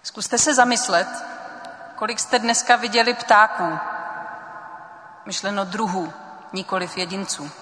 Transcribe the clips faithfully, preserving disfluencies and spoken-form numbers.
Zkuste se zamyslet, kolik jste dneska viděli ptáků, myšleno druhů, nikoliv jedinců.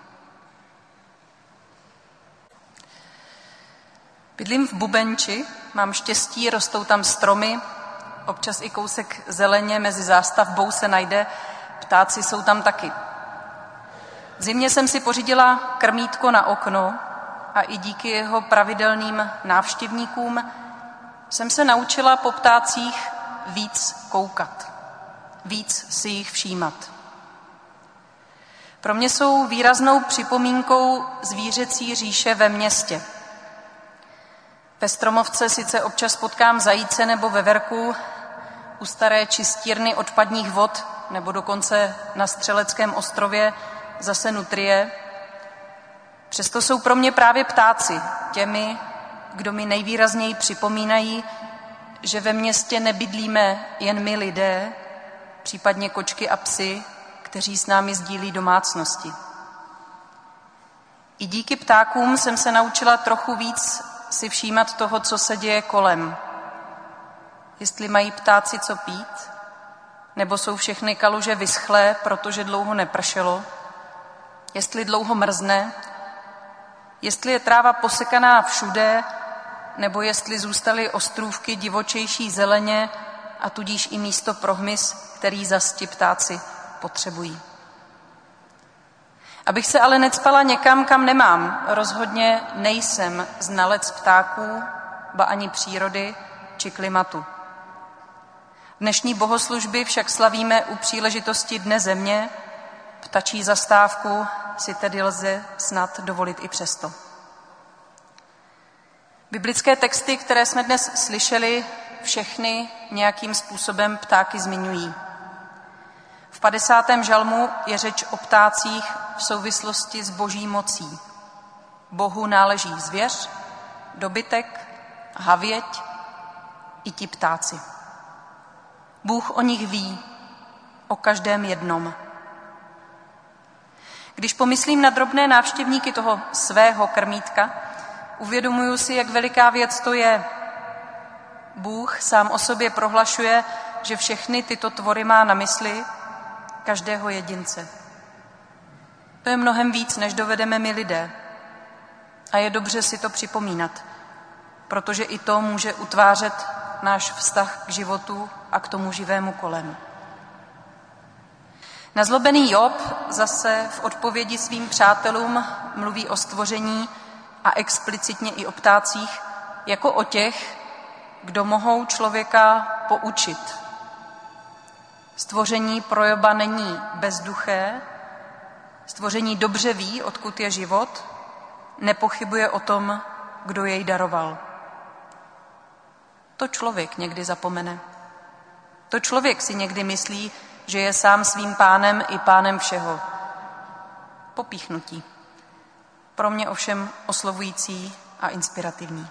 Bydlím v Bubenči, mám štěstí, rostou tam stromy, občas i kousek zeleně mezi zástavbou se najde, ptáci jsou tam taky. V zimě jsem si pořídila krmítko na okno a i díky jeho pravidelným návštěvníkům jsem se naučila po ptácích víc koukat, víc si jich všímat. Pro mě jsou výraznou připomínkou zvířecí říše ve městě. Ve Stromovce sice občas potkám zajíce nebo veverku, u staré čistírny odpadních vod nebo dokonce na Střeleckém ostrově zase nutrie. Přesto jsou pro mě právě ptáci těmi, kdo mi nejvýrazněji připomínají, že ve městě nebydlíme jen my lidé, případně kočky a psy, kteří s námi sdílí domácnosti. I díky ptákům jsem se naučila trochu víc si všímat toho, co se děje kolem. Jestli mají ptáci co pít, nebo jsou všechny kaluže vyschlé, protože dlouho nepršelo, jestli dlouho mrzne, jestli je tráva posekaná všude, nebo jestli zůstaly ostrůvky divočejší zeleně a tudíž i místo pro hmyz, který zas ti ptáci potřebují. Abych se ale necpala někam, kam nemám, rozhodně nejsem znalec ptáků, ba ani přírody či klimatu. Dnešní bohoslužby však slavíme u příležitosti Dne země, ptačí zastávku si tedy lze snad dovolit i přesto. Biblické texty, které jsme dnes slyšeli, všechny nějakým způsobem ptáky zmiňují. V padesátém žalmu je řeč o ptácích v souvislosti s boží mocí. Bohu náleží zvěř, dobytek, havěť i ti ptáci. Bůh o nich ví, o každém jednom. Když pomyslím na drobné návštěvníky toho svého krmítka, uvědomuju si, jak veliká věc to je. Bůh sám o sobě prohlašuje, že všechny tyto tvory má na mysli, každého jedince. To je mnohem víc, než dovedeme my lidé. A je dobře si to připomínat, protože i to může utvářet náš vztah k životu a k tomu živému kolem. Nazlobený Job zase v odpovědi svým přátelům mluví o stvoření a explicitně i o ptácích jako o těch, kdo mohou člověka poučit. Stvoření pro Joba není bezduché, stvoření dobře ví, odkud je život, nepochybuje o tom, kdo jej daroval. To člověk někdy zapomene. To člověk si někdy myslí, že je sám svým pánem i pánem všeho. Popíchnutí. Pro mě ovšem oslovující a inspirativní.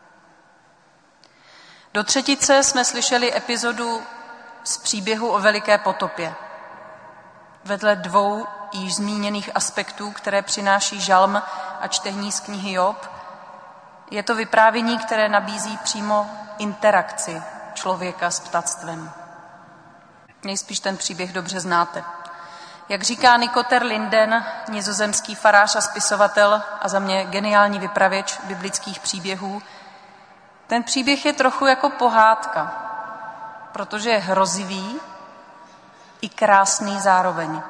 Do třetice jsme slyšeli epizodu z příběhu o veliké potopě. Vedle dvou již zmíněných aspektů, které přináší žalm a čtení z knihy Job, je to vyprávění, které nabízí přímo interakci člověka s ptactvem. Nejspíš ten příběh dobře znáte. Jak říká Nico ter Linden, nizozemský farář a spisovatel a za mě geniální vypravěč biblických příběhů, ten příběh je trochu jako pohádka, protože je hrozivý i krásný zároveň.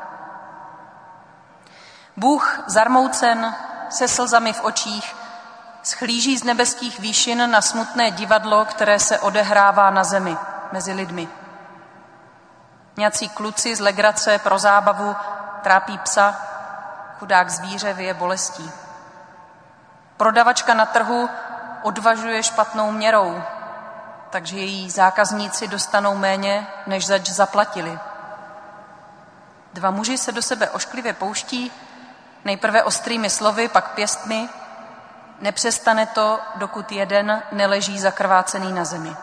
Bůh zarmoucen, se slzami v očích, schlíží z nebeských výšin na smutné divadlo, které se odehrává na zemi, mezi lidmi. Nějací kluci z legrace pro zábavu trápí psa, chudák zvíře vyje bolestí. Prodavačka na trhu odvažuje špatnou měrou, takže její zákazníci dostanou méně, než zač zaplatili. Dva muži se do sebe ošklivě pouští, nejprve ostrými slovy, pak pěstmi. Nepřestane to, dokud jeden neleží zakrvácený na zemi.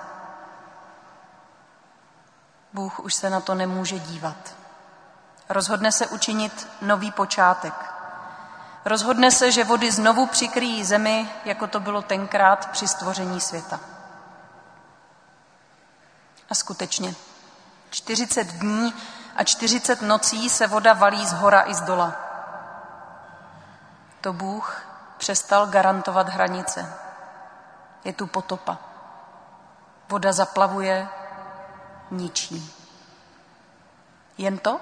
Bůh už se na to nemůže dívat. Rozhodne se učinit nový počátek. Rozhodne se, že vody znovu přikryjí zemi, jako to bylo tenkrát při stvoření světa. A skutečně, čtyřicet dní a čtyřicet nocí se voda valí z hora i z dola. To Bůh přestal garantovat hranice. Je tu potopa. Voda zaplavuje, ničí. Jen to?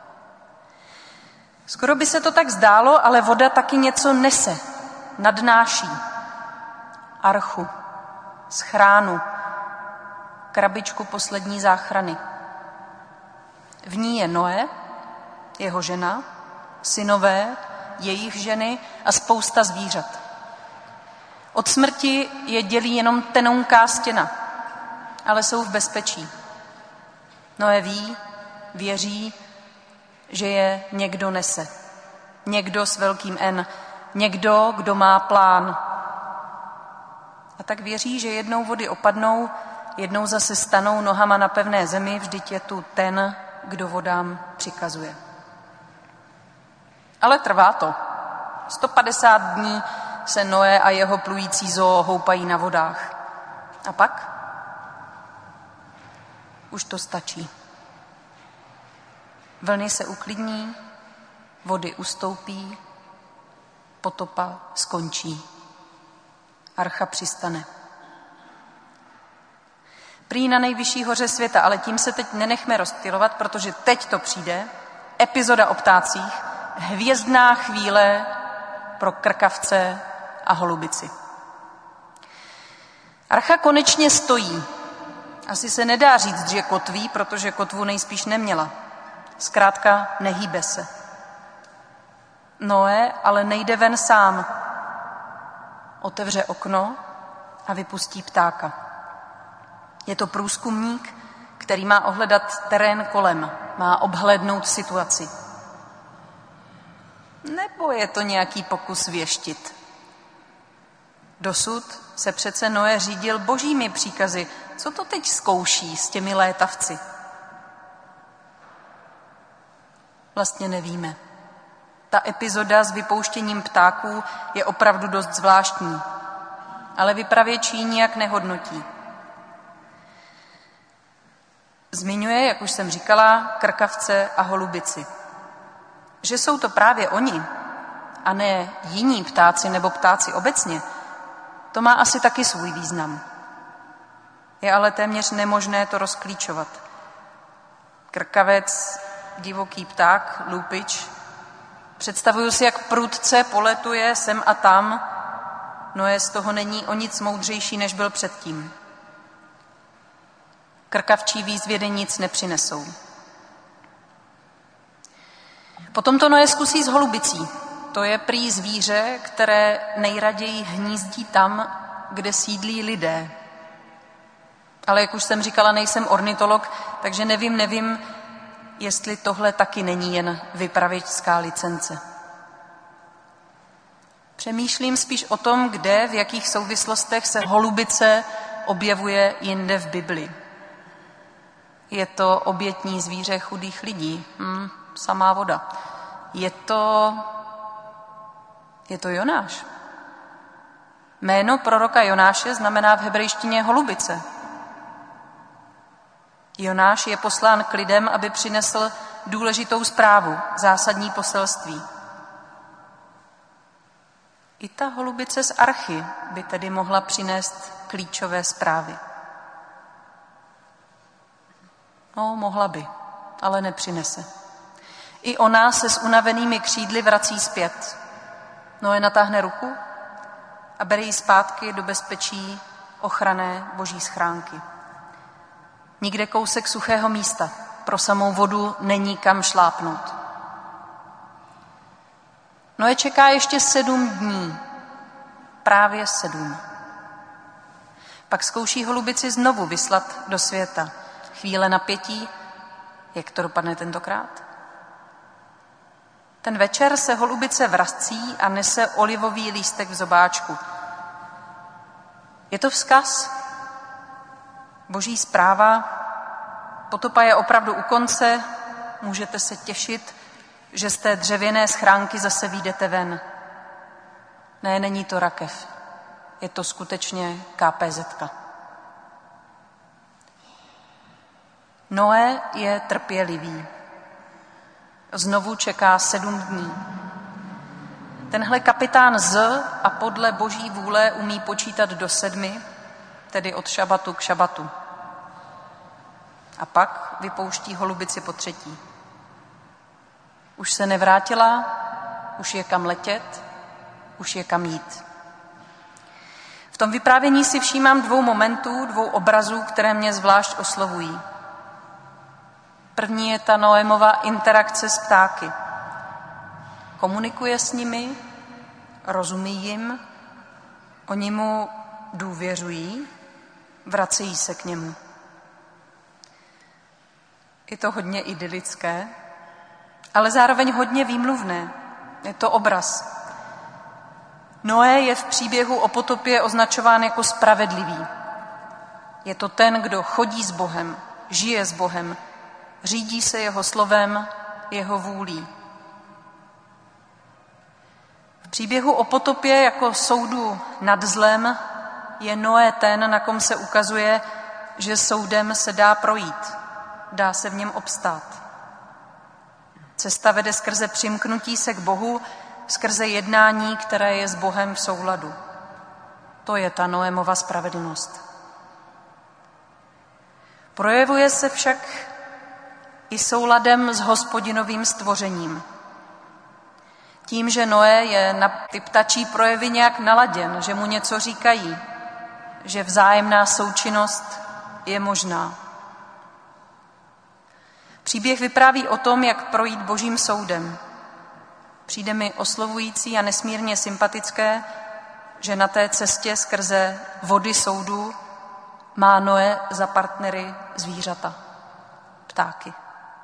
Skoro by se to tak zdálo, ale voda taky něco nese, nadnáší. Archu, schránu, krabičku poslední záchrany. V ní je Noé, jeho žena, synové, jejich ženy a spousta zvířat. Od smrti je dělí jenom tenonká stěna, ale jsou v bezpečí. Noé ví, věří, že je někdo nese. Někdo s velkým N. Někdo, kdo má plán. A tak věří, že jednou vody opadnou, jednou zase stanou nohama na pevné zemi, vždyť je tu ten, kdo vodám přikazuje. Ale trvá to. sto padesát dní se Noé a jeho plující zoo houpají na vodách. A pak? Už to stačí. Vlny se uklidní, vody ustoupí, potopa skončí. Archa přistane. Prý na nejvyšší hoře světa, ale tím se teď nenechme rozptylovat, protože teď to přijde, epizoda o ptácích, hvězdná chvíle pro krkavce a holubici. Archa konečně stojí. Asi se nedá říct, že kotví, protože kotvu nejspíš neměla. Zkrátka nehýbe se. Noé ale nejde ven sám. Otevře okno a vypustí ptáka. Je to průzkumník, který má ohledat terén kolem, má obhlédnout situaci. Nebo je to nějaký pokus věštit? Dosud se přece Noé řídil božími příkazy. Co to teď zkouší s těmi létavci? Vlastně nevíme. Ta epizoda s vypouštěním ptáků je opravdu dost zvláštní, ale vypravěč ji nijak nehodnotí. Zmiňuje, jak už jsem říkala, krkavce a holubici. Že jsou to právě oni, a ne jiní ptáci nebo ptáci obecně, to má asi taky svůj význam. Je ale téměř nemožné to rozklíčovat. Krkavec, divoký pták, lupič. Představuju si, jak prudce poletuje sem a tam. Noé z toho není o nic moudřejší, než byl předtím. Krkavčí výzvědy nic nepřinesou. Potom to Noé zkusí s holubicí. To je prý zvíře, které nejraději hnízdí tam, kde sídlí lidé. Ale jak už jsem říkala, nejsem ornitolog, takže nevím, nevím, jestli tohle taky není jen vypravěčská licence. Přemýšlím spíš o tom, kde, v jakých souvislostech se holubice objevuje jinde v Bibli. Je to obětní zvíře chudých lidí. Hm, samá voda. Je to... Je to Jonáš. Jméno proroka Jonáše znamená v hebrejštině holubice. Jonáš je poslán k lidem, aby přinesl důležitou zprávu, zásadní poselství. I ta holubice z Archy by tedy mohla přinést klíčové zprávy. No, mohla by, ale nepřinese. I ona se s unavenými křídly vrací zpět. Noé natáhne ruku a bere ji zpátky do bezpečí ochranné boží schránky. Nikde kousek suchého místa, pro samou vodu není kam šlápnout. Noé čeká ještě sedm dní, právě sedm. Pak zkouší holubici znovu vyslat do světa. Chvíle napětí, jak to dopadne tentokrát? Ten večer se holubice vrací a nese olivový lístek v zobáčku. Je to vzkaz, boží zpráva, potopa je opravdu u konce, můžete se těšit, že z té dřevěné schránky zase vyjdete ven. Ne, není to rakev, je to skutečně ká pé zetka. Noé je trpělivý. Znovu čeká sedm dní. Tenhle kapitán z a podle boží vůle umí počítat do sedmi, tedy od šabatu k šabatu. A pak vypouští holubici po třetí. Už se nevrátila, už je kam letět, už je kam jít. V tom vyprávění si všímám dvou momentů, dvou obrazů, které mě zvlášť oslovují. První je ta Noémova interakce s ptáky. Komunikuje s nimi, rozumí jim, oni mu důvěřují, vracejí se k němu. Je to hodně idylické, ale zároveň hodně výmluvné. Je to obraz. Noé je v příběhu o potopě označován jako spravedlivý. Je to ten, kdo chodí s Bohem, žije s Bohem, řídí se jeho slovem, jeho vůlí. V příběhu o potopě jako soudu nad zlem je Noé ten, na kom se ukazuje, že soudem se dá projít, dá se v něm obstát. Cesta vede skrze přimknutí se k Bohu, skrze jednání, které je s Bohem v souladu. To je ta Noémova spravedlnost. Projevuje se však i souladem s Hospodinovým stvořením. Tím, že Noé je na ty ptačí projevy nějak naladěn, že mu něco říkají, že vzájemná součinnost je možná. Příběh vypráví o tom, jak projít božím soudem. Přijde mi oslovující a nesmírně sympatické, že na té cestě skrze vody soudu má Noé za partnery zvířata, ptáky.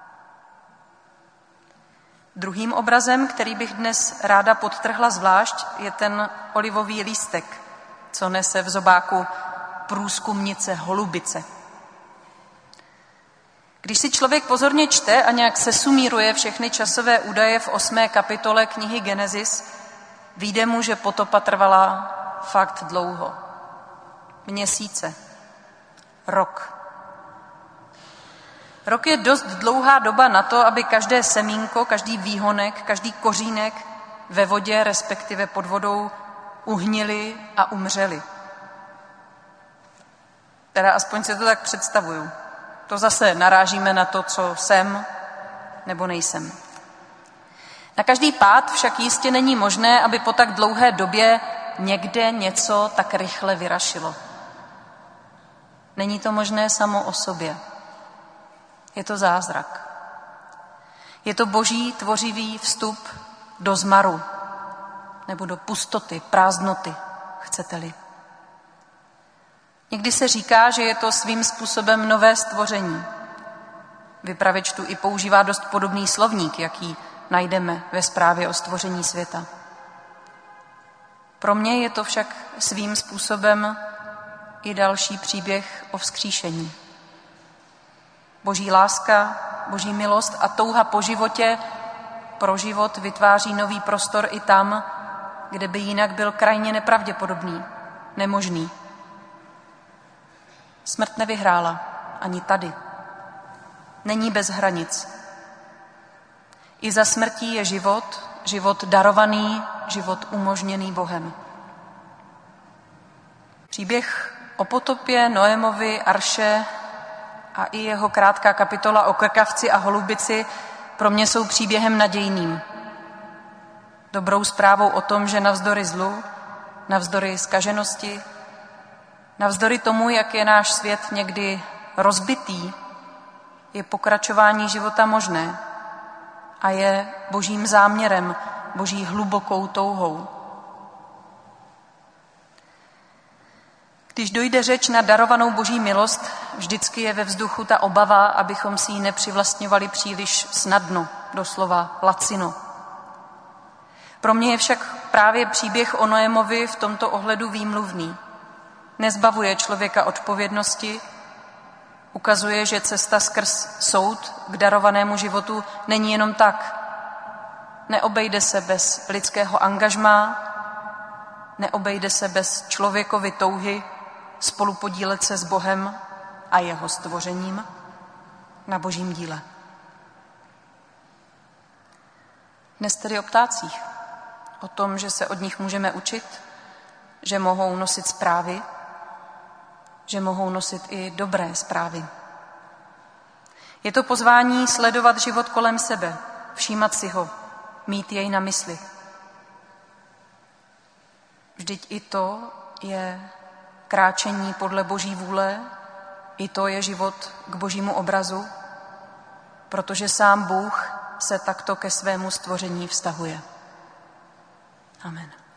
Druhým obrazem, který bych dnes ráda podtrhla zvlášť, je ten olivový lístek, co nese v zobáku průzkumnice holubice. Když si člověk pozorně čte a nějak sesumíruje všechny časové údaje v osmé kapitole knihy Genesis, vyjde mu, že potopa trvala fakt dlouho. Měsíce. Rok. Rok je dost dlouhá doba na to, aby každé semínko, každý výhonek, každý kořínek ve vodě, respektive pod vodou, uhnili a umřeli. Teda aspoň si to tak představuju. To zase narážíme na to, co jsem nebo nejsem. Na každý pád však jistě není možné, aby po tak dlouhé době někde něco tak rychle vyrašilo. Není to možné samo o sobě. Je to zázrak. Je to boží tvořivý vstup do zmaru nebo do pustoty, prázdnoty, chcete-li. Někdy se říká, že je to svým způsobem nové stvoření. Vypravěč tu i používá dost podobný slovník, jaký najdeme ve zprávě o stvoření světa. Pro mě je to však svým způsobem i další příběh o vzkříšení. Boží láska, boží milost a touha po životě pro život vytváří nový prostor i tam, kde by jinak byl krajně nepravděpodobný, nemožný. Smrt nevyhrála, ani tady. Není bez hranic. I za smrtí je život, život darovaný, život umožněný Bohem. Příběh o potopě, Noémovi, Arše a i jeho krátká kapitola o krkavci a holubici pro mě jsou příběhem nadějným. Dobrou zprávou o tom, že navzdory zlu, navzdory zkaženosti, navzdory tomu, jak je náš svět někdy rozbitý, je pokračování života možné a je božím záměrem, boží hlubokou touhou. Když dojde řeč na darovanou boží milost, vždycky je ve vzduchu ta obava, abychom si ji nepřivlastňovali příliš snadno, doslova lacino. Pro mě je však právě příběh o Noémovi v tomto ohledu výmluvný. Nezbavuje člověka odpovědnosti, ukazuje, že cesta skrz soud k darovanému životu není jenom tak. Neobejde se bez lidského angažmá, neobejde se bez člověkovy touhy spolupodílet se s Bohem a jeho stvořením. na Božím díle. Dnes tedy o ptácích, o tom, že se od nich můžeme učit, že mohou nosit zprávy, že mohou nosit i dobré zprávy. Je to pozvání sledovat život kolem sebe, všímat si ho, mít jej na mysli. Vždyť i to je kráčení podle Boží vůle, i to je život k Božímu obrazu, protože sám Bůh se takto ke svému stvoření vztahuje. Amen.